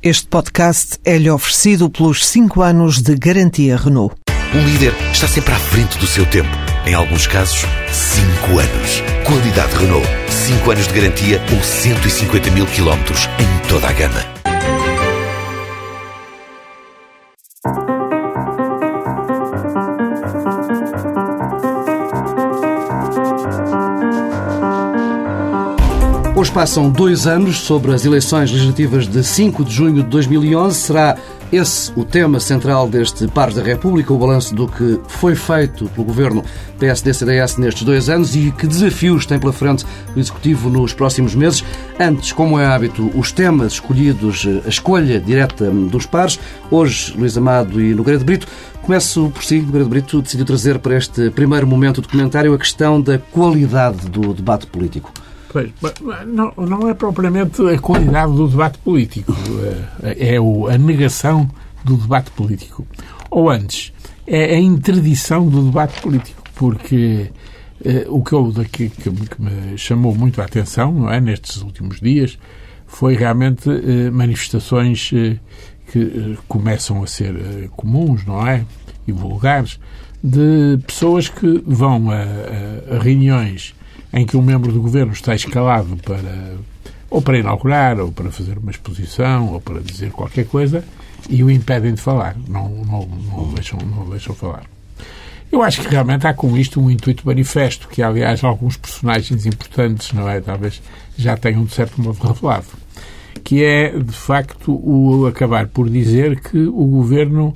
Este podcast é-lhe oferecido pelos 5 anos de garantia Renault. Um líder está sempre à frente do seu tempo. Em alguns casos, 5 anos. Qualidade Renault. 5 anos de garantia ou 150 mil quilómetros em toda a gama. Hoje passam 2 anos sobre as eleições legislativas de 5 de junho de 2011. Será esse o tema central deste Pares da República, o balanço do que foi feito pelo Governo PSD-CDS nestes 2 anos e que desafios tem pela frente o Executivo nos próximos meses. Antes, como é hábito, os temas escolhidos, a escolha direta dos pares. Hoje, Luís Amado e Nogueira de Brito. Começo por si. Nogueira de Brito decidiu trazer para este primeiro momento do documentário a questão da qualidade do debate político. Pois, não é propriamente a qualidade do debate político, é a negação do debate político. Ou antes, é a interdição do debate político, porque o que me chamou muito a atenção, não é, nestes últimos dias, foi realmente manifestações que começam a ser comuns, não é, e vulgares, de pessoas que vão a reuniões em que um membro do Governo está escalado para inaugurar, ou para fazer uma exposição, ou para dizer qualquer coisa, e o impedem de falar. Não deixam falar. Eu acho que realmente há com isto um intuito manifesto, que aliás alguns personagens importantes, não é, talvez já tenham de certo modo revelado, que é de facto o acabar por dizer que o Governo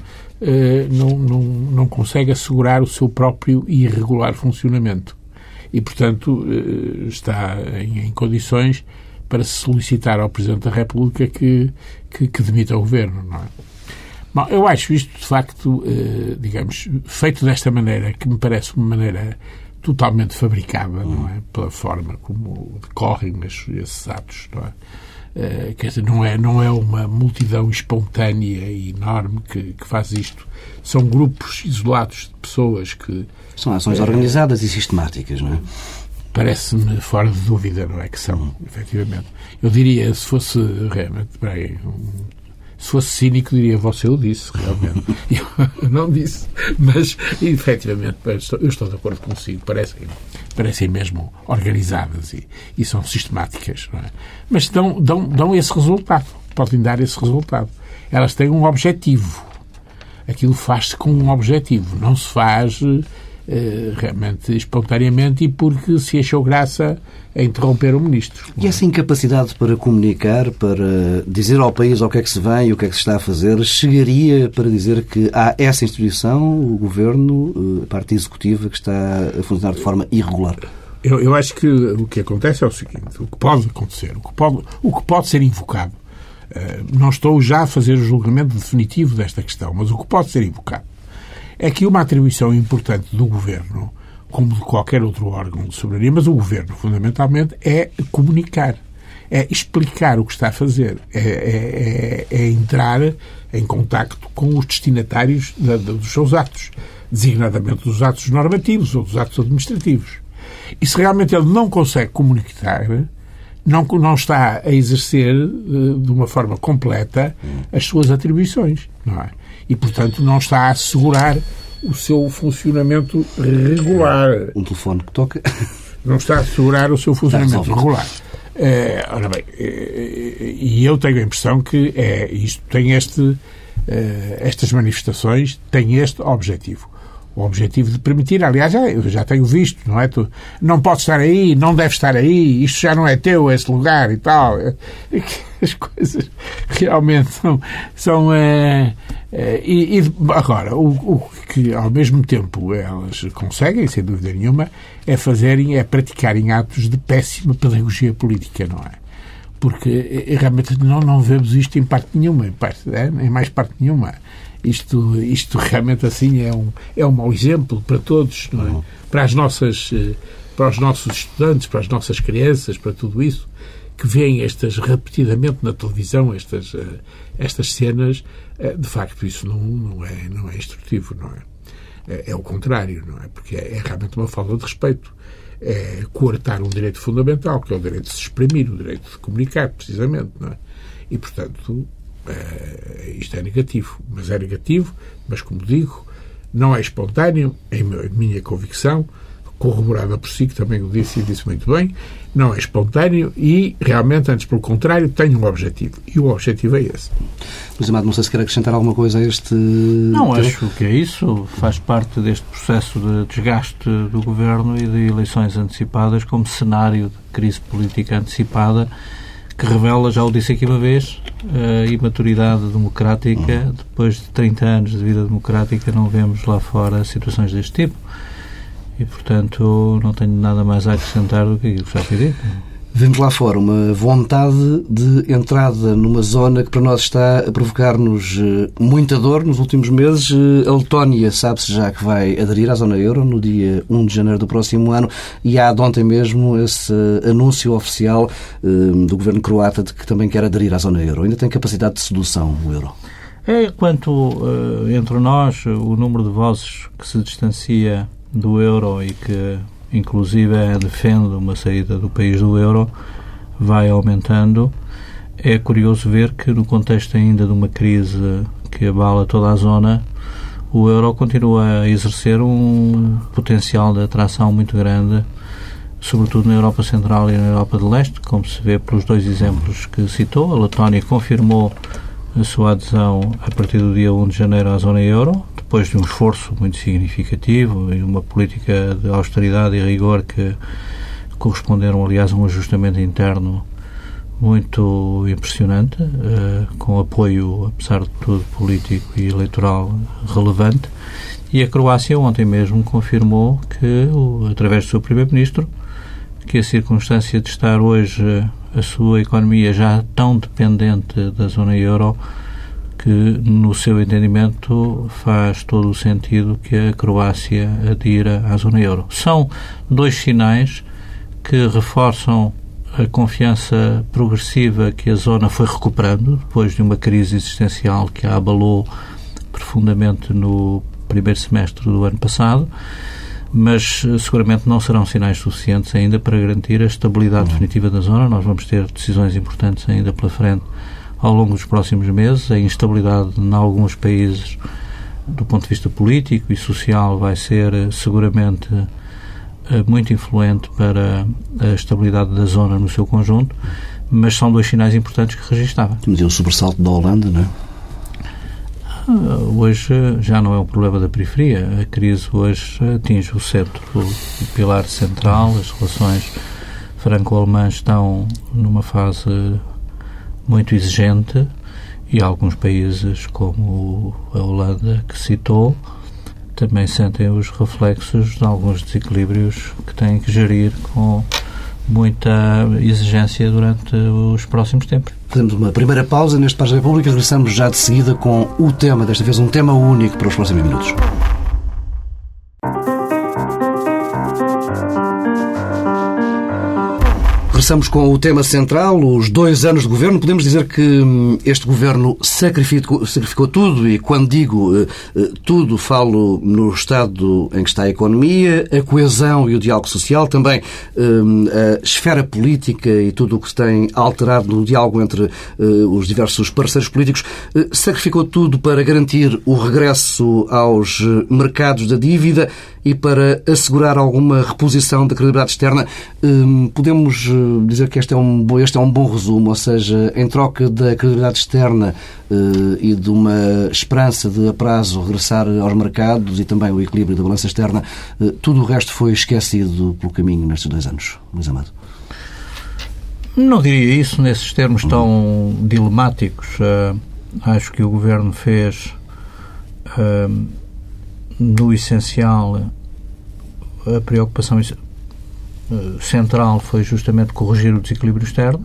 não consegue assegurar o seu próprio e irregular funcionamento. E, portanto, está em condições para se solicitar ao Presidente da República que demita o Governo, não é? Bom, eu acho isto, de facto, digamos, feito desta maneira, que me parece uma maneira totalmente fabricada, não é? Pela forma como decorrem esses atos, não é? Quer dizer, não é uma multidão espontânea e enorme que faz isto. São grupos isolados de pessoas que... São ações organizadas e sistemáticas, não é? Parece-me fora de dúvida, não é que são, efetivamente. Eu diria, se fosse realmente, se fosse cínico, diria, você o disse, realmente. Eu não disse, mas, efetivamente, eu estou de acordo consigo, parecem mesmo organizadas e são sistemáticas, não é? Mas dão esse resultado, podem dar esse resultado. Elas têm um objetivo. Aquilo faz-se com um objetivo, não se faz realmente espontaneamente e porque se achou graça a interromper o Ministro. E essa incapacidade para comunicar, para dizer ao país ao que é que se vem e o que é que se está a fazer, chegaria para dizer que há essa instituição, o Governo, a parte executiva, que está a funcionar de forma irregular? Eu acho que o que acontece é o seguinte, o que pode acontecer, o que pode ser invocado. Não estou já a fazer o julgamento definitivo desta questão, mas o que pode ser invocado é que uma atribuição importante do Governo, como de qualquer outro órgão de soberania, mas o Governo, fundamentalmente, é comunicar, é explicar o que está a fazer, é entrar em contacto com os destinatários dos seus atos, designadamente dos atos normativos ou dos atos administrativos. E se realmente ele não consegue comunicar, não está a exercer de uma forma completa as suas atribuições, não é? E, portanto, não está a assegurar o seu funcionamento regular. Um telefone que toca. Não está a assegurar o seu funcionamento regular. Ora bem, e eu tenho a impressão que isto tem estas manifestações têm este objetivo. O objetivo de permitir, aliás, eu já tenho visto, não é? Tu não pode estar aí, não deve estar aí, isto já não é teu, esse lugar e tal. As coisas realmente são e agora, o que ao mesmo tempo elas conseguem, sem dúvida nenhuma, é praticarem atos de péssima pedagogia política, não é? Porque realmente não vemos isto em parte nenhuma, em mais parte nenhuma. Isto realmente assim é um mau exemplo para todos, não é? Para os nossos estudantes, para as nossas crianças, para tudo isso, que veem repetidamente na televisão, estas cenas, de facto isso não é instrutivo, não é? É o contrário, não é? Porque é realmente uma falta de respeito. É coartar um direito fundamental, que é o direito de se exprimir, o direito de comunicar, precisamente, não é? E, portanto, Isto é negativo, mas como digo, não é espontâneo, em minha convicção, corroborada por si, que também o disse e disse muito bem, não é espontâneo e, realmente, antes pelo contrário, tem um objetivo. E o objetivo é esse. Luís Amado, não sei se quer acrescentar alguma coisa a este... Não, acho que é isso. Faz parte deste processo de desgaste do Governo e de eleições antecipadas como cenário de crise política antecipada que revela, já o disse aqui uma vez, a imaturidade democrática. Depois de 30 anos de vida democrática não vemos lá fora situações deste tipo. E, portanto, não tenho nada mais a acrescentar do que aquilo que já foi dito. Vemos lá fora uma vontade de entrada numa zona que para nós está a provocar-nos muita dor nos últimos meses. A Letónia sabe-se já que vai aderir à zona euro no dia 1 de janeiro do próximo ano e há de ontem mesmo esse anúncio oficial do governo croata de que também quer aderir à zona euro. Ainda tem capacidade de sedução o euro? Quanto entre nós, o número de vozes que se distancia do euro e que inclusive defende uma saída do país do euro vai aumentando. É curioso ver que no contexto ainda de uma crise que abala toda a zona, o euro continua a exercer um potencial de atração muito grande, sobretudo na Europa Central e na Europa de Leste, como se vê pelos dois exemplos que citou. A Letónia confirmou a sua adesão a partir do dia 1 de janeiro à zona euro, depois de um esforço muito significativo e uma política de austeridade e rigor que corresponderam, aliás, a um ajustamento interno muito impressionante, com apoio, apesar de tudo, político e eleitoral relevante. E a Croácia ontem mesmo confirmou que, através do seu Primeiro-Ministro, que a circunstância de estar hoje a sua economia já tão dependente da zona euro, que, no seu entendimento, faz todo o sentido que a Croácia adira à zona euro. São dois sinais que reforçam a confiança progressiva que a zona foi recuperando depois de uma crise existencial que a abalou profundamente no primeiro semestre do ano passado, mas seguramente não serão sinais suficientes ainda para garantir a estabilidade definitiva da zona. Nós vamos ter decisões importantes ainda pela frente ao longo dos próximos meses. A instabilidade em alguns países, do ponto de vista político e social, vai ser seguramente muito influente para a estabilidade da zona no seu conjunto, mas são dois sinais importantes que registava. Temos o sobressalto da Holanda, não é? Hoje já não é um problema da periferia. A crise hoje atinge o centro, o pilar central. As relações franco-alemãs estão numa fase muito exigente e alguns países, como a Holanda, que citou, também sentem os reflexos de alguns desequilíbrios que têm que gerir com muita exigência durante os próximos tempos. Fazemos uma primeira pausa neste Pares da República. Regressamos já de seguida com o tema, desta vez um tema único para os próximos minutos. Regressamos com o tema central, os 2 anos de governo. Podemos dizer que este governo sacrificou tudo, e quando digo tudo, falo no estado em que está a economia, a coesão e o diálogo social, também a esfera política e tudo o que se tem alterado no diálogo entre os diversos parceiros políticos. Sacrificou tudo para garantir o regresso aos mercados da dívida e para assegurar alguma reposição da credibilidade externa. Podemos dizer que este é um bom resumo, ou seja, em troca da credibilidade externa e de uma esperança de a prazo regressar aos mercados e também o equilíbrio da balança externa, tudo o resto foi esquecido pelo caminho nestes 2 anos. Luís Amado. Não diria isso nesses termos tão dilemáticos. Acho que o Governo fez, no essencial, a preocupação central foi justamente corrigir o desequilíbrio externo,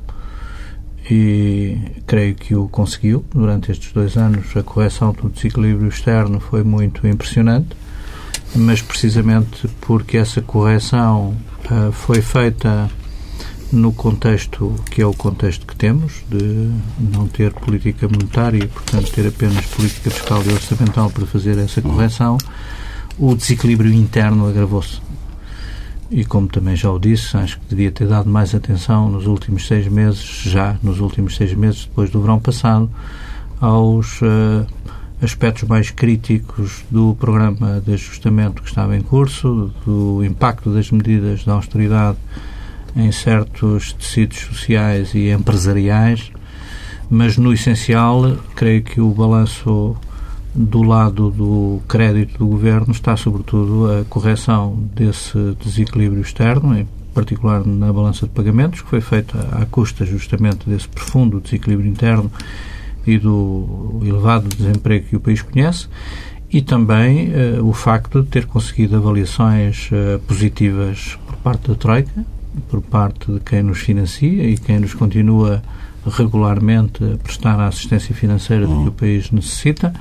e creio que o conseguiu. Durante estes 2 anos a correção do desequilíbrio externo foi muito impressionante, mas precisamente porque essa correção foi feita no contexto que é o contexto que temos, de não ter política monetária e, portanto, ter apenas política fiscal e orçamental para fazer essa correção, o desequilíbrio interno agravou-se. e como também já o disse, acho que devia ter dado mais atenção nos últimos 6 meses, depois do verão passado, aos aspectos mais críticos do programa de ajustamento que estava em curso, do impacto das medidas de austeridade em certos tecidos sociais e empresariais, mas no essencial, creio que o balanço do lado do crédito do Governo está sobretudo a correção desse desequilíbrio externo, em particular na balança de pagamentos, que foi feita à custa justamente desse profundo desequilíbrio interno e do elevado desemprego que o país conhece, e também o facto de ter conseguido avaliações positivas por parte da Troika, por parte de quem nos financia e quem nos continua regularmente a prestar a assistência financeira que o país necessita,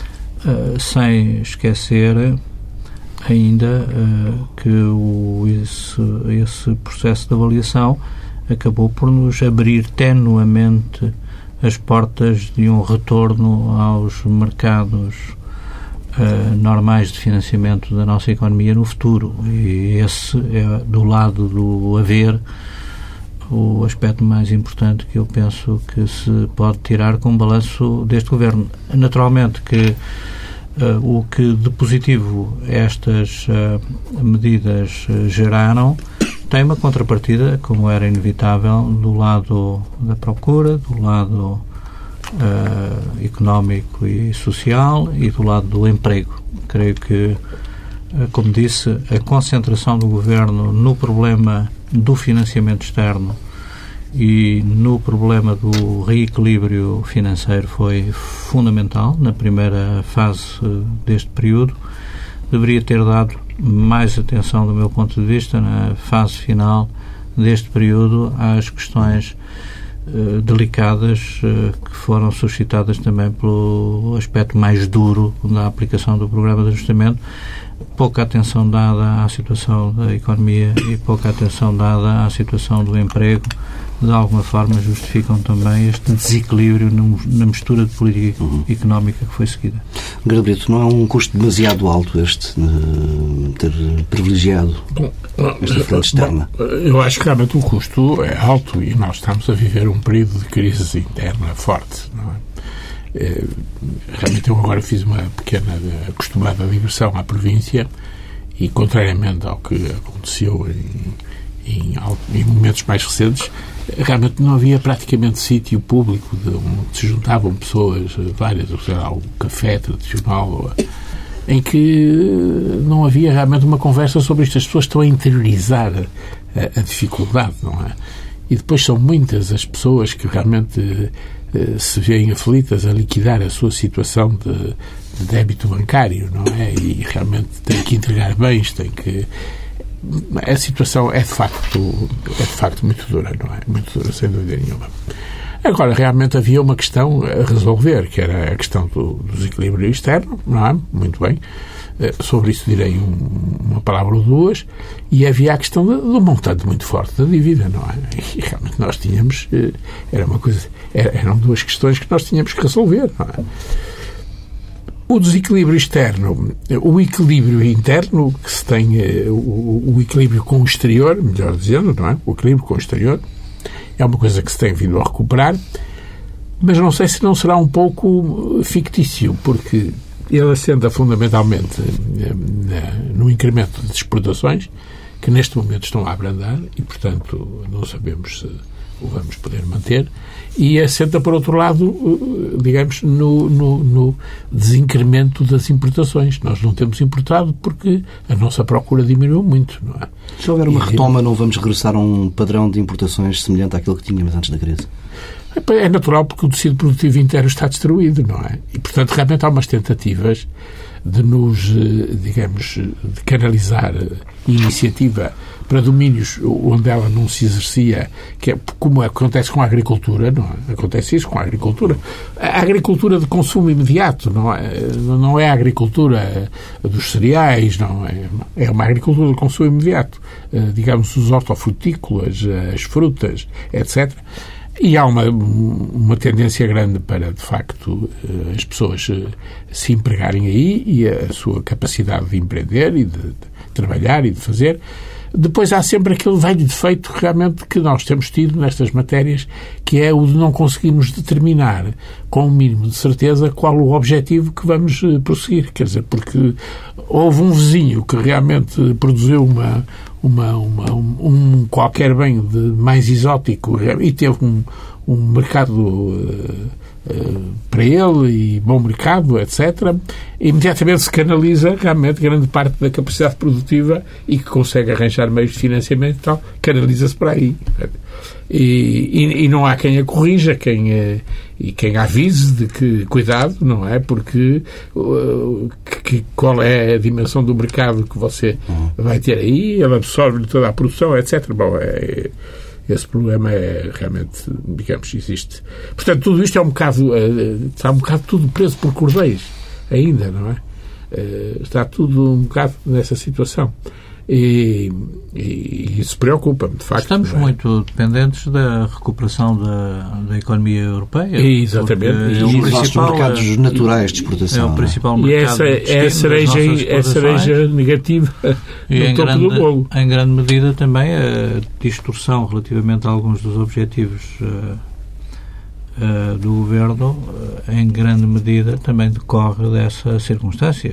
sem esquecer ainda que esse processo de avaliação acabou por nos abrir tenuamente as portas de um retorno aos mercados normais de financiamento da nossa economia no futuro. E esse é, do lado do haver, o aspecto mais importante que eu penso que se pode tirar com o balanço deste Governo. Naturalmente que o que de positivo estas medidas geraram tem uma contrapartida, como era inevitável, do lado da procura, do lado económico e social e do lado do emprego. Creio que, como disse, a concentração do Governo no problema do financiamento externo e no problema do reequilíbrio financeiro foi fundamental na primeira fase deste período. Deveria ter dado mais atenção, do meu ponto de vista, na fase final deste período, às questões delicadas que foram suscitadas também pelo aspecto mais duro da aplicação do programa de ajustamento. Pouca atenção dada à situação da economia e pouca atenção dada à situação do emprego, de alguma forma justificam também este desequilíbrio na mistura de política económica que foi seguida. Gabriel, não é um custo demasiado alto este ter privilegiado esta frente externa? Eu acho que realmente o custo é alto e nós estamos a viver um período de crise interna forte, não é? Realmente eu agora fiz uma pequena acostumada digressão à província e, contrariamente ao que aconteceu em momentos mais recentes, realmente não havia praticamente sítio público onde se juntavam pessoas várias, ou seja, o café tradicional, em que não havia realmente uma conversa sobre isto. As pessoas estão a interiorizar a dificuldade, não é? E depois são muitas as pessoas que realmente se veem aflitas a liquidar a sua situação de débito bancário, não é? E realmente têm que entregar bens, têm que... A situação é de facto muito dura, não é? Muito dura, sem dúvida nenhuma. Agora, realmente havia uma questão a resolver, que era a questão do desequilíbrio externo, não é? Muito bem. Sobre isso direi uma palavra ou duas. E havia a questão do montante muito forte da dívida, não é? E realmente nós tínhamos... Eram duas questões que nós tínhamos que resolver, não é? O desequilíbrio externo, o equilíbrio interno, que se tem, o equilíbrio com o exterior, melhor dizendo, não é? O equilíbrio com o exterior é uma coisa que se tem vindo a recuperar, mas não sei se não será um pouco fictício, porque ele assenta fundamentalmente no incremento das exportações, que neste momento estão a abrandar e, portanto, não sabemos se o vamos poder manter, e assenta, por outro lado, digamos, no desincremento das importações. Nós não temos importado porque a nossa procura diminuiu muito, não é? Se houver uma retoma, não vamos regressar a um padrão de importações semelhante àquilo que tínhamos antes da crise? É natural, porque o tecido produtivo inteiro está destruído, não é? E, portanto, realmente há umas tentativas de nos, digamos, de canalizar iniciativa para domínios onde ela não se exercia, que é como acontece com a agricultura, não é? Acontece isso com a agricultura. A agricultura de consumo imediato, não é a agricultura dos cereais, não é? É uma agricultura de consumo imediato. Digamos, os hortofrutícolas, as frutas, etc. E há uma tendência grande para, de facto, as pessoas se empregarem aí e a sua capacidade de empreender e de trabalhar e de fazer Depois há sempre aquele velho defeito realmente que nós temos tido nestas matérias, que é o de não conseguirmos determinar com um mínimo de certeza qual o objetivo que vamos prosseguir. Quer dizer, porque houve um vizinho que realmente produziu um qualquer bem de mais exótico e teve um mercado para ele e bom mercado, etc., imediatamente se canaliza realmente grande parte da capacidade produtiva e que consegue arranjar meios de financiamento e tal, canaliza-se para aí. E não há quem a corrija, e quem a avise de que cuidado, não é? Porque qual é a dimensão do mercado que você vai ter aí, ele absorve toda a produção, etc. Bom, esse problema realmente, digamos, existe. Portanto, tudo isto está um bocado tudo preso por cordéis, ainda, não é? Está tudo um bocado nessa situação. E isso preocupa-me, de facto. Estamos muito dependentes da recuperação da economia europeia. Exatamente. E os nossos mercados naturais de exportação. É o principal mercado. E essa é a cereja negativa no topo do bolo. Em grande medida também a distorção relativamente a alguns dos objetivos do Governo, em grande medida também decorre dessa circunstância.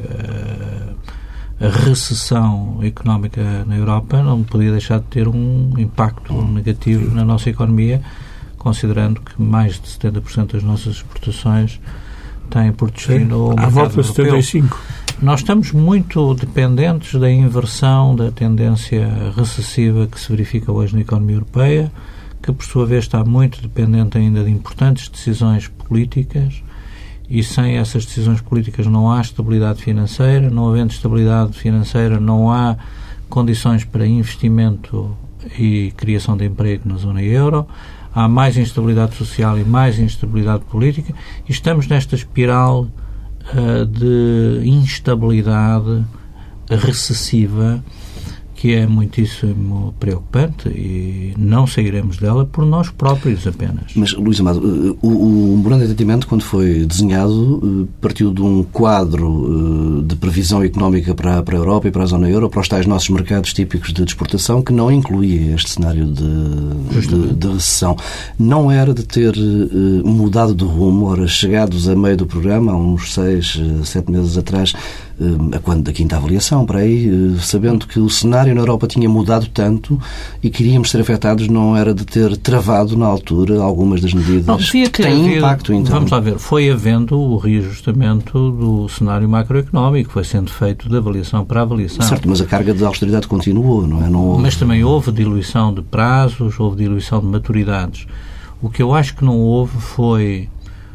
A recessão económica na Europa não podia deixar de ter um impacto negativo na nossa economia, considerando que mais de 70% das nossas exportações têm por destino o mercado à volta de 75%. Nós estamos muito dependentes da inversão da tendência recessiva que se verifica hoje na economia europeia, que por sua vez está muito dependente ainda de importantes decisões políticas. E sem essas decisões políticas não há estabilidade financeira, não havendo estabilidade financeira não há condições para investimento e criação de emprego na zona euro, há mais instabilidade social e mais instabilidade política e estamos nesta espiral de instabilidade recessiva que é muitíssimo preocupante e não sairemos dela por nós próprios apenas. Mas, Luís Amado, o Memorando de Entendimento, quando foi desenhado, partiu de um quadro de previsão económica para a Europa e para a zona euro, para os tais nossos mercados típicos de exportação, que não incluía este cenário de recessão. Não era de ter mudado de rumo, ora, chegados a meio do programa, há uns 6, 7 meses atrás, da quinta avaliação, para aí, sabendo que o cenário na Europa tinha mudado tanto e que iríamos ser afetados, não era de ter travado na altura algumas das medidas que têm impacto, então? Vamos lá ver, foi havendo o reajustamento do cenário macroeconómico, foi sendo feito de avaliação para avaliação. Certo, mas a carga de austeridade continuou, não é? Não houve... Mas também houve diluição de prazos, houve diluição de maturidades. O que eu acho que não houve foi,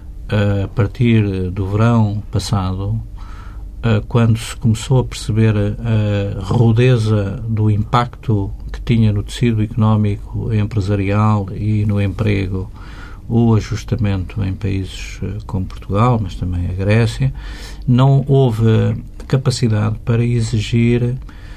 a partir do verão passado, quando se começou a perceber a rudeza do impacto que tinha no tecido económico empresarial e no emprego o ajustamento em países como Portugal, mas também a Grécia, não houve capacidade para exigir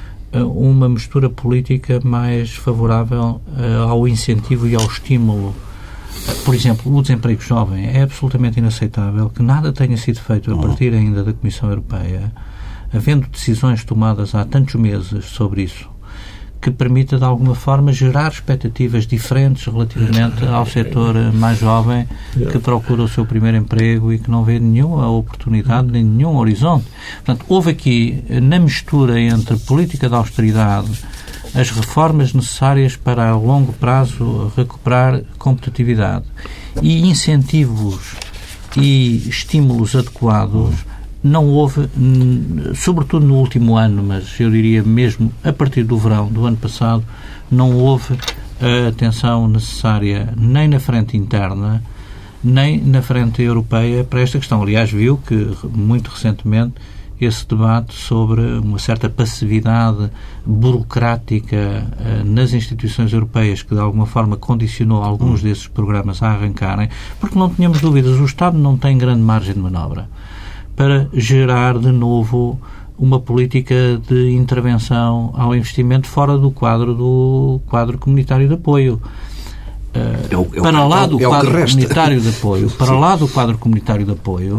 uma mistura política mais favorável ao incentivo e ao estímulo. Por exemplo, o desemprego jovem. É absolutamente inaceitável que nada tenha sido feito a partir ainda da Comissão Europeia, havendo decisões tomadas há tantos meses sobre isso, que permita de alguma forma gerar expectativas diferentes relativamente ao setor mais jovem que procura o seu primeiro emprego e que não vê nenhuma oportunidade nem nenhum horizonte. Portanto, houve aqui, na mistura entre política de austeridade, as reformas necessárias para a longo prazo recuperar competitividade e incentivos e estímulos adequados, não houve, sobretudo no último ano, mas eu diria mesmo a partir do verão do ano passado, não houve a atenção necessária nem na frente interna, nem na frente europeia para esta questão. Aliás, viu que muito recentemente esse debate sobre uma certa passividade burocrática nas instituições europeias que de alguma forma condicionou alguns desses programas a arrancarem, porque não tínhamos dúvidas, o Estado não tem grande margem de manobra para gerar de novo uma política de intervenção ao investimento fora do quadro comunitário de apoio. Para lá do quadro comunitário de apoio,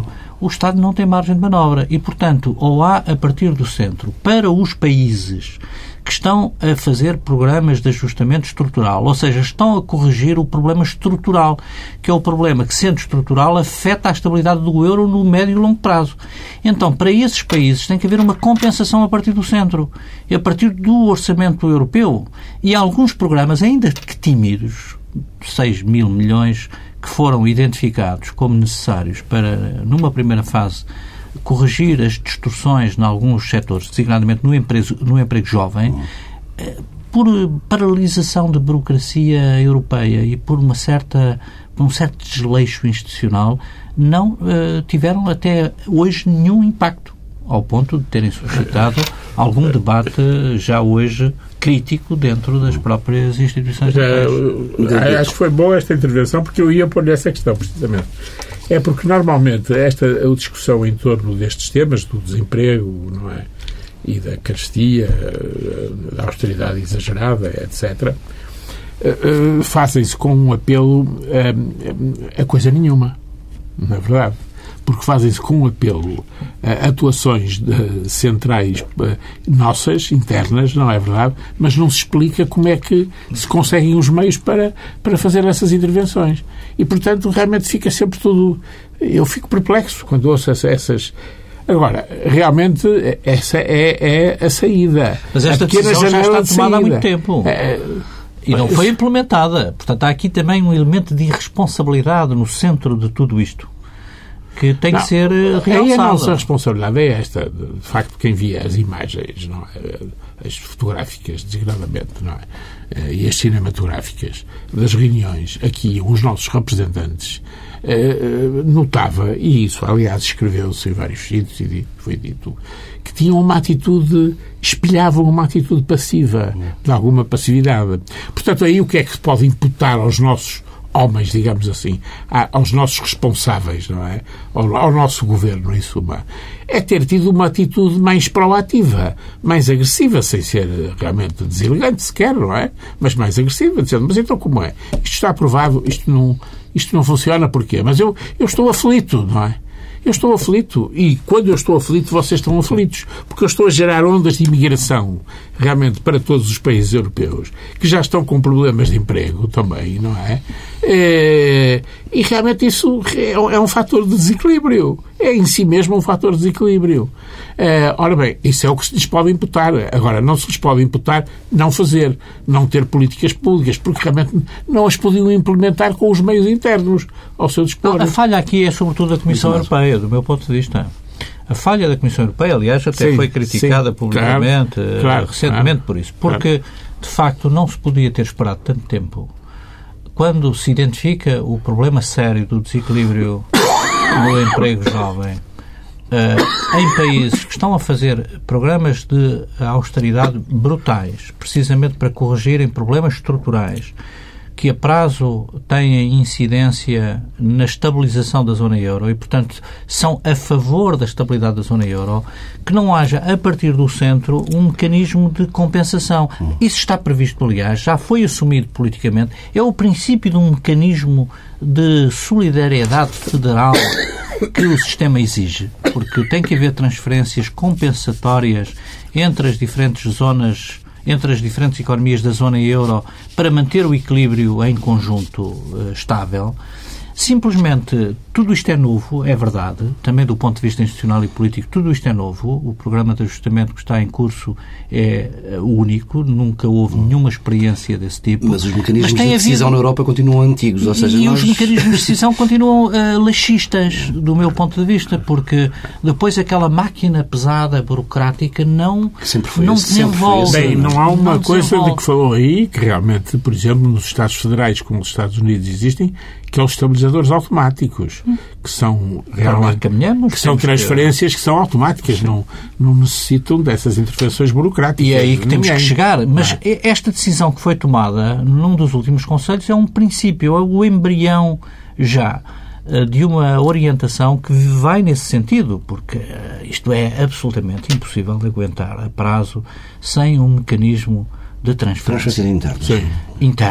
o Estado não tem margem de manobra e, portanto, ou há, a partir do centro, para os países que estão a fazer programas de ajustamento estrutural, ou seja, estão a corrigir o problema estrutural, que é o problema que, sendo estrutural, afeta a estabilidade do euro no médio e longo prazo. Então, para esses países tem que haver uma compensação a partir do centro, e a partir do orçamento europeu. E há alguns programas, ainda que tímidos, 6 mil milhões, que foram identificados como necessários para, numa primeira fase, corrigir as distorções em alguns setores, designadamente no emprego jovem, por paralisação da burocracia europeia e por um certo desleixo institucional, não tiveram até hoje nenhum impacto, ao ponto de terem suscitado algum debate já hoje crítico dentro das próprias instituições europeias. Acho que foi boa esta intervenção, porque eu ia pôr essa questão, precisamente. É porque, normalmente, a discussão em torno destes temas, do desemprego, não é? E da carestia, da austeridade exagerada, etc., fazem-se com um apelo a coisa nenhuma, na verdade. Porque fazem-se com um apelo a atuações centrais nossas, internas, não é verdade? Mas não se explica como é que se conseguem os meios para fazer essas intervenções. E, portanto, realmente fica sempre tudo... Eu fico perplexo quando ouço essas... Agora, realmente, essa é a saída. Mas esta decisão já está tomada há muito tempo. E não foi implementada. Portanto, há aqui também um elemento de irresponsabilidade no centro de tudo isto, que tem que ser realçado. A nossa responsabilidade é esta. De facto, quem via as imagens, não é? As fotográficas, designadamente, não é? E as cinematográficas das reuniões, aqui, os nossos representantes, notava, e isso, aliás, escreveu-se em vários sítios e foi dito, que tinham uma atitude, espelhavam uma atitude passiva, de alguma passividade. Portanto, aí o que é que se pode imputar aos nossos homens, digamos assim, aos nossos responsáveis, não é? Ao nosso governo, em suma, é ter tido uma atitude mais proativa, mais agressiva, sem ser realmente deselegante sequer, não é? Mas mais agressiva, dizendo, mas então como é? Isto está aprovado, isto não funciona, porquê? Mas eu estou aflito, não é? Eu estou aflito e quando eu estou aflito vocês estão aflitos, porque eu estou a gerar ondas de imigração realmente para todos os países europeus que já estão com problemas de emprego também, não é? E realmente isso é um fator de desequilíbrio. É em si mesmo um fator de desequilíbrio. Ora bem, isso é o que se lhes pode imputar. Agora, não se lhes pode imputar não fazer, não ter políticas públicas, porque realmente não as podiam implementar com os meios internos ao seu dispor. A falha aqui é sobretudo da Comissão Europeia, do meu ponto de vista. A falha da Comissão Europeia, aliás, até foi criticada publicamente recentemente por isso. Porque, de facto, não se podia ter esperado tanto tempo. Quando se identifica o problema sério do desequilíbrio no emprego jovem, em países que estão a fazer programas de austeridade brutais, precisamente para corrigirem problemas estruturais, que a prazo têm incidência na estabilização da zona euro e, portanto, são a favor da estabilidade da zona euro, que não haja, a partir do centro, um mecanismo de compensação. Isso está previsto, aliás, já foi assumido politicamente. É o princípio de um mecanismo de solidariedade federal que o sistema exige, porque tem que haver transferências compensatórias entre as diferentes zonas, entre as diferentes economias da zona euro, para manter o equilíbrio em conjunto estável. Simplesmente, tudo isto é novo, é verdade, também do ponto de vista institucional e político, tudo isto é novo. O programa de ajustamento que está em curso é único, nunca houve nenhuma experiência desse tipo. Mas os mecanismos de decisão na Europa continuam antigos, ou seja, os mecanismos de decisão continuam laxistas, do meu ponto de vista, porque depois aquela máquina pesada, burocrática, não desenvolve. Bem, não há uma coisa de que falou aí, que realmente, por exemplo, nos Estados Federais, como nos Estados Unidos existem, que são os estabilizadores automáticos, que são realmente, que são transferências que são automáticas, não necessitam dessas intervenções burocráticas. E é aí que temos que chegar. Mas esta decisão que foi tomada num dos últimos conselhos é um princípio, é o embrião já de uma orientação que vai nesse sentido, porque isto é absolutamente impossível de aguentar a prazo sem um mecanismo de transferência interno. Interno.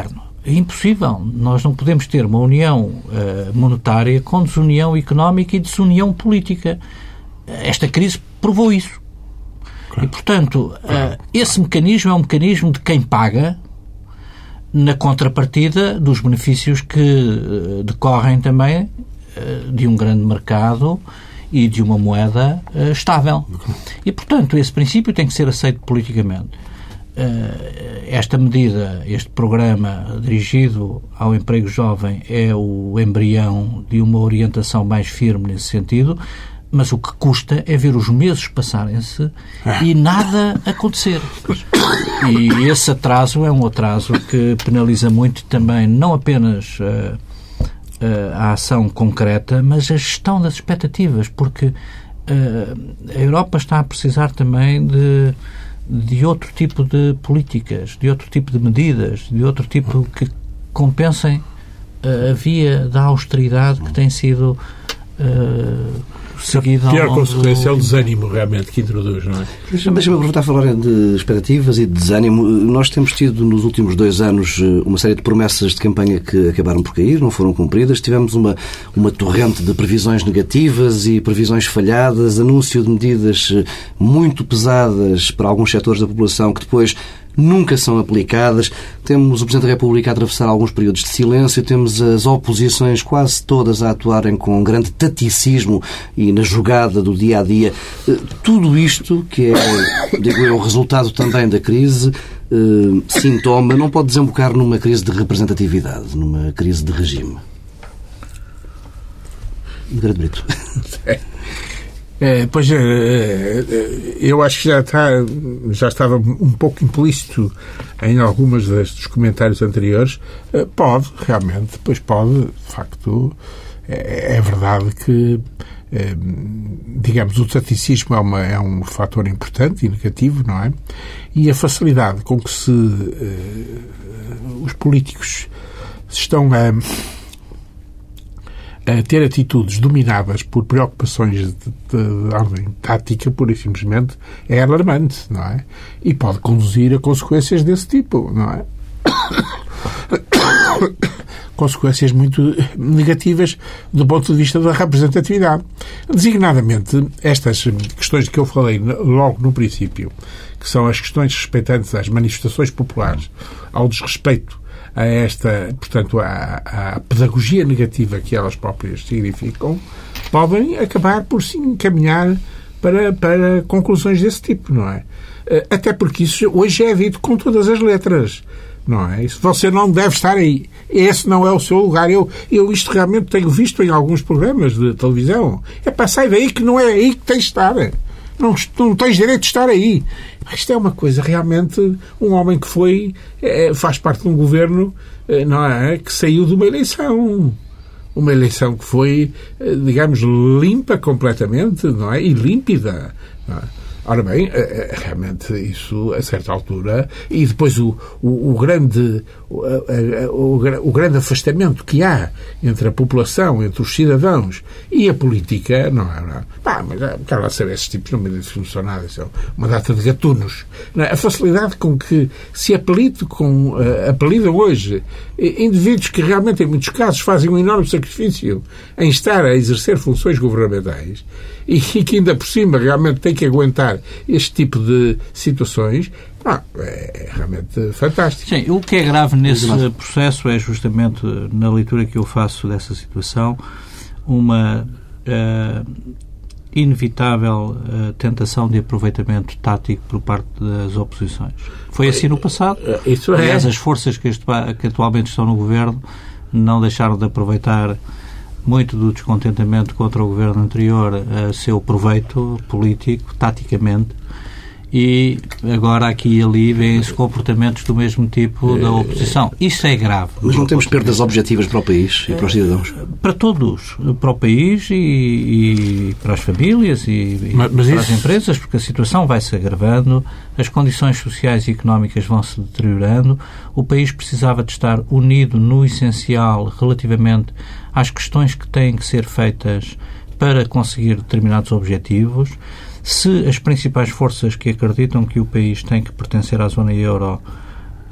É impossível. Nós não podemos ter uma união monetária com desunião económica e desunião política. Esta crise provou isso. Claro. E, portanto, esse mecanismo é um mecanismo de quem paga na contrapartida dos benefícios que decorrem também de um grande mercado e de uma moeda estável. E, portanto, esse princípio tem que ser aceito politicamente. Esta medida, este programa dirigido ao emprego jovem é o embrião de uma orientação mais firme nesse sentido, mas o que custa é ver os meses passarem-se e nada acontecer. E esse atraso é um atraso que penaliza muito também, não apenas a ação concreta, mas a gestão das expectativas, porque a Europa está a precisar também de outro tipo de políticas, de outro tipo de medidas, de outro tipo que compensem a via da austeridade que tem sido seguida. A pior consequência é o desânimo realmente que introduz, não é? Deixa-me aproveitar a falar de expectativas e de desânimo. Nós temos tido nos últimos 2 anos uma série de promessas de campanha que acabaram por cair, não foram cumpridas. Tivemos uma torrente de previsões negativas e previsões falhadas, anúncio de medidas muito pesadas para alguns setores da população que depois nunca são aplicadas. Temos o Presidente da República a atravessar alguns períodos de silêncio, temos as oposições quase todas a atuarem com grande taticismo e na jogada do dia-a-dia. Tudo isto, que é, digo eu, o resultado também da crise, sintoma, não pode desembocar numa crise de representatividade, numa crise de regime. Grande Brito. Pois eu acho que já estava um pouco implícito em algumas dos comentários anteriores. Pode, realmente, pois pode, de facto, é verdade que, digamos, o taticismo é um fator importante e negativo, não é? E a facilidade com que os políticos estão a ter atitudes dominadas por preocupações de ordem tática, pura e simplesmente, é alarmante, não é? E pode conduzir a consequências desse tipo, não é? Consequências muito negativas do ponto de vista da representatividade. Designadamente, estas questões de que eu falei logo no princípio, que são as questões respeitantes às manifestações populares, ao desrespeito a esta, portanto, a pedagogia negativa que elas próprias significam, podem acabar por se encaminhar para conclusões desse tipo, não é? Até porque isso hoje é dito com todas as letras, não é? Isso, você não deve estar aí. Esse não é o seu lugar. Eu isto realmente tenho visto em alguns programas de televisão. Sai daí que não é aí que tens de estar. Não tens direito de estar aí. Isto é uma coisa, realmente, um homem que faz parte de um governo, não é, que saiu de uma eleição. Uma eleição que foi, digamos, limpa completamente, não é? E límpida. Não é? Ora bem, realmente isso, a certa altura, e depois o grande afastamento que há entre a população, entre os cidadãos e a política, não é? Mas quero lá saber, esses tipos não me são nada, são uma data de gatunos. Não é? A facilidade com que se apelidam hoje indivíduos que realmente, em muitos casos, fazem um enorme sacrifício em estar a exercer funções governamentais e que ainda por cima realmente têm que aguentar este tipo de situações, é realmente fantástico. Sim, o que é grave nesse processo é justamente, na leitura que eu faço dessa situação, uma inevitável tentação de aproveitamento tático por parte das oposições. Foi assim no passado. Aliás, as forças que atualmente estão no governo não deixaram de aproveitar muito do descontentamento contra o governo anterior a seu proveito político, taticamente, e agora aqui e ali vêm-se comportamentos do mesmo tipo da oposição. Isso é grave. Mas não temos perdas objetivas para o país e para os cidadãos? Para todos. Para o país e para as famílias e para as empresas, porque a situação vai-se agravando, as condições sociais e económicas vão-se deteriorando, o país precisava de estar unido no essencial relativamente às questões que têm que ser feitas para conseguir determinados objetivos. Se as principais forças que acreditam que o país tem que pertencer à zona euro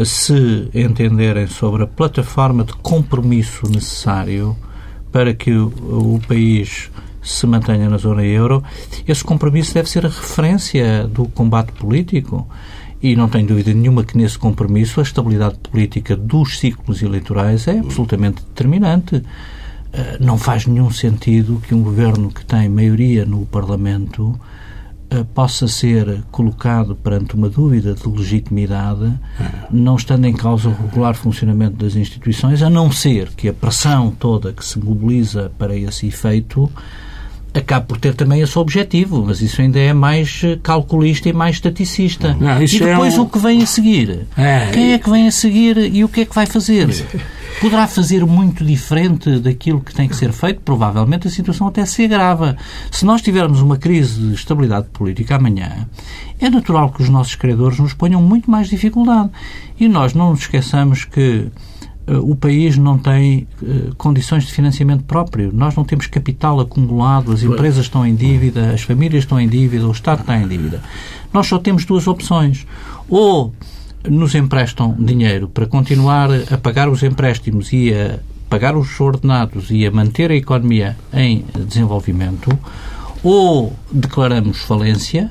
se entenderem sobre a plataforma de compromisso necessário para que o país se mantenha na zona euro, esse compromisso deve ser a referência do combate político. E não tenho dúvida nenhuma que nesse compromisso a estabilidade política dos ciclos eleitorais é absolutamente determinante. Não faz nenhum sentido que um governo que tem maioria no Parlamento possa ser colocado perante uma dúvida de legitimidade, não estando em causa o regular funcionamento das instituições, a não ser que a pressão toda que se mobiliza para esse efeito acabe por ter também esse objetivo, mas isso ainda é mais calculista e mais estaticista. Não, e depois o que vem a seguir? Quem é que vem a seguir e o que é que vai fazer? Poderá fazer muito diferente daquilo que tem que ser feito? Provavelmente a situação até se agrava. Se nós tivermos uma crise de estabilidade política amanhã, é natural que os nossos credores nos ponham muito mais dificuldade. E nós não nos esqueçamos que o país não tem condições de financiamento próprio. Nós não temos capital acumulado, as empresas estão em dívida, as famílias estão em dívida, o Estado está em dívida. Nós só temos duas opções. Ou nos emprestam dinheiro para continuar a pagar os empréstimos e a pagar os ordenados e a manter a economia em desenvolvimento, ou declaramos falência,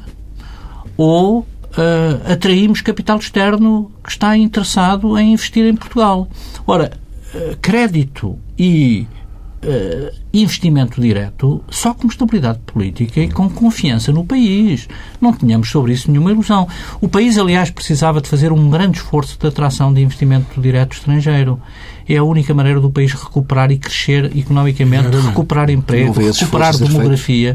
ou atraímos capital externo que está interessado em investir em Portugal. Ora, crédito e investimento direto só com estabilidade política e com confiança no país. Não tínhamos sobre isso nenhuma ilusão. O país, aliás, precisava de fazer um grande esforço de atração de investimento direto estrangeiro. É a única maneira do país recuperar e crescer economicamente, recuperar emprego, recuperar demografia.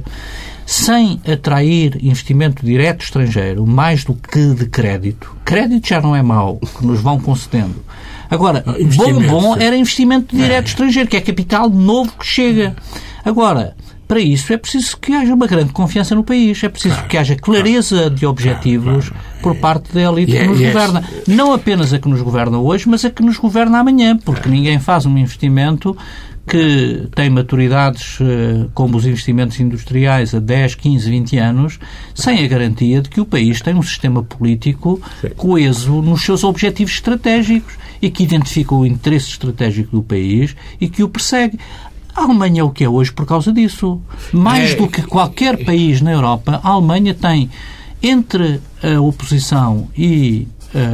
Sem atrair investimento direto estrangeiro, mais do que de crédito. Crédito já não é mau, que nos vão concedendo. Agora, bom era investimento direto estrangeiro, que é capital novo que chega. Agora, para isso é preciso que haja uma grande confiança no país, é preciso que haja clareza de objetivos por parte da elite que nos governa. Não apenas a que nos governa hoje, mas a que nos governa amanhã, porque ninguém faz um investimento que tem maturidades como os investimentos industriais a 10, 15, 20 anos, sem a garantia de que o país tem um sistema político coeso nos seus objetivos estratégicos e que identifica o interesse estratégico do país e que o persegue. A Alemanha é o que é hoje por causa disso. Mais do que qualquer país na Europa, a Alemanha tem, entre a oposição e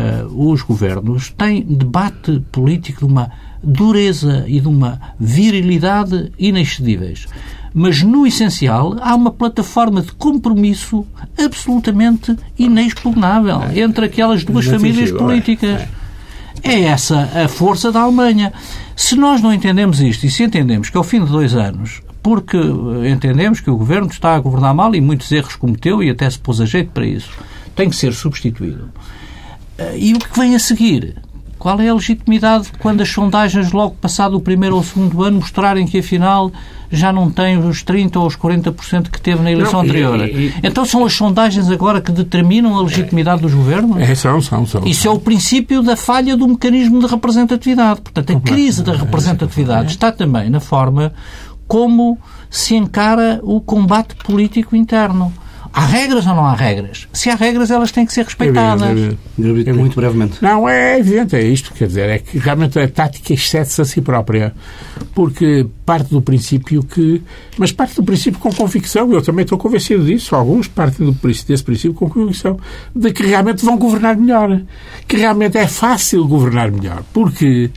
os governos, tem debate político de uma dureza e de uma virilidade inexcedíveis. Mas, no essencial, há uma plataforma de compromisso absolutamente inexpugnável entre aquelas duas famílias políticas. É essa a força da Alemanha. Se nós não entendemos isto e se entendemos que ao fim de 2 anos, porque entendemos que o governo está a governar mal e muitos erros cometeu e até se pôs a jeito para isso, tem que ser substituído. E o que vem a seguir? Qual é a legitimidade quando as sondagens, logo passado o primeiro ou o segundo ano, mostrarem que, afinal, já não tem os 30% ou os 40% que teve na eleição anterior? Então são as sondagens agora que determinam a legitimidade dos governos? São. Isso é o princípio da falha do mecanismo de representatividade. Portanto, a crise da representatividade está também na forma como se encara o combate político interno. Há regras ou não há regras? Se há regras, elas têm que ser respeitadas. Muito brevemente. Não, é evidente, é isto, quer dizer, é que realmente a tática excede-se a si própria, porque parte do princípio mas parte do princípio com convicção, eu também estou convencido disso, alguns partem desse princípio com convicção, de que realmente vão governar melhor, que realmente é fácil governar melhor, porque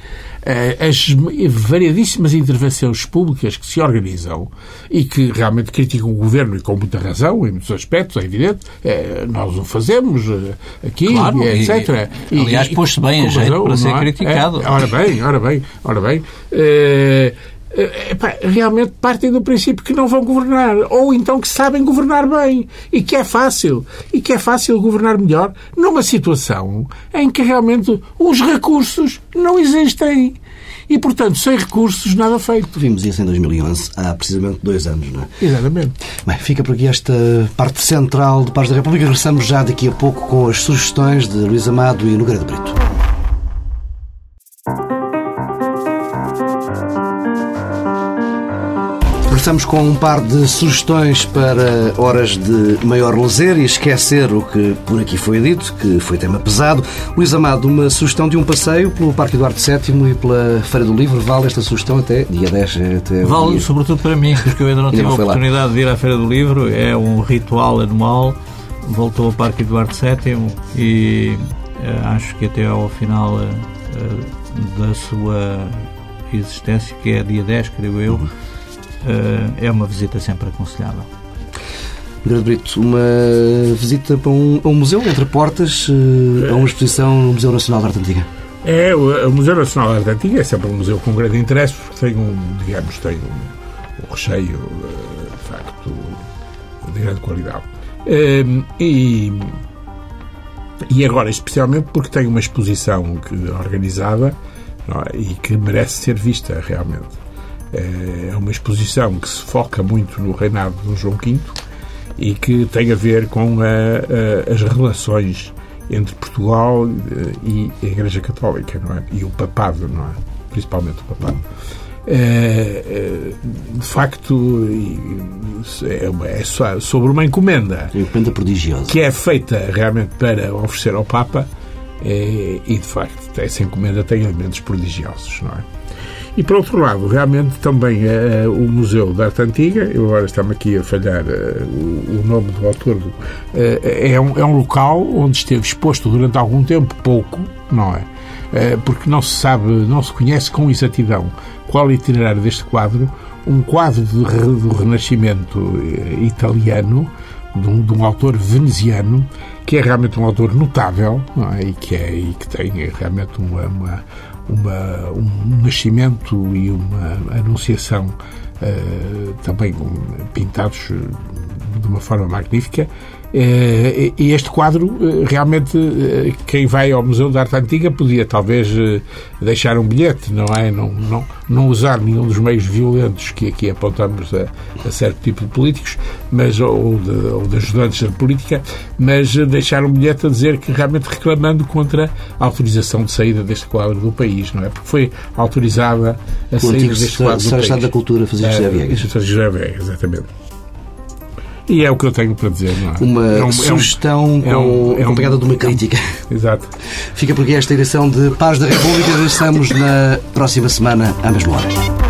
as variadíssimas intervenções públicas que se organizam e que realmente criticam o governo, e com muita razão, em muitos aspectos, é evidente, nós o fazemos aqui, claro, etc. Aliás, pôs-se bem a jeito para ser criticado. Ora bem. Realmente partem do princípio que não vão governar, ou então que sabem governar bem e que é fácil governar melhor numa situação em que realmente os recursos não existem e, portanto, sem recursos nada feito. Vimos isso em 2011, há precisamente 2 anos, não é? Exatamente. Bem, fica por aqui esta parte central do Pares da República. Regressamos já daqui a pouco com as sugestões de Luís Amado e Nogueira de Brito. Regressamos com um par de sugestões para horas de maior lazer e esquecer o que por aqui foi dito, que foi tema pesado. Luís Amado, uma sugestão de um passeio pelo Parque Eduardo VII e pela Feira do Livro. Vale esta sugestão até dia 10? Vale dia... sobretudo para mim, porque eu ainda não tive a oportunidade de ir à Feira do Livro. É um ritual anual. Voltou ao Parque Eduardo VII e acho que até ao final da sua existência, que é dia 10, creio eu, é uma visita sempre aconselhável. Pedro Brito, uma visita para um museu entre portas, a uma exposição no Museu Nacional de Arte Antiga. O Museu Nacional de Arte Antiga é sempre um museu com grande interesse, porque tem um recheio, de facto, de grande qualidade. E agora, especialmente porque tem uma exposição organizada, não é? E que merece ser vista realmente. É uma exposição que se foca muito no reinado de João V e que tem a ver com as relações entre Portugal e a Igreja Católica, não é? E o papado, não é? Principalmente o papado. De facto, é sobre uma encomenda. Uma encomenda prodigiosa. Que é feita realmente para oferecer ao Papa e, de facto, essa encomenda tem elementos prodigiosos, não é? E, por outro lado, realmente também o Museu da Arte Antiga, eu agora estava aqui a falhar o nome do autor, é um local onde esteve exposto durante algum tempo, pouco, não é? Porque não se sabe, não se conhece com exatidão qual é o itinerário deste quadro, um quadro do Renascimento italiano, de um autor veneziano, que é realmente um autor notável, não é? e que tem realmente um nascimento e uma anunciação também pintados de uma forma magnífica. E este quadro, realmente, quem vai ao Museu da Arte Antiga podia talvez deixar um bilhete, não é? Não usar nenhum dos meios violentos que aqui apontamos a certo tipo de políticos, ou de ajudantes da política, mas deixar um bilhete a dizer que realmente reclamando contra a autorização de saída deste quadro do país, não é? Porque foi autorizada a saída deste quadro do país. O da Cultura fazia José Viegas. José Viegas, exatamente. E é o que eu tenho para dizer, não é? Uma sugestão acompanhada de uma crítica. Exato. Fica por aqui esta edição de Pares da República. Regressamos na próxima semana, à mesma hora.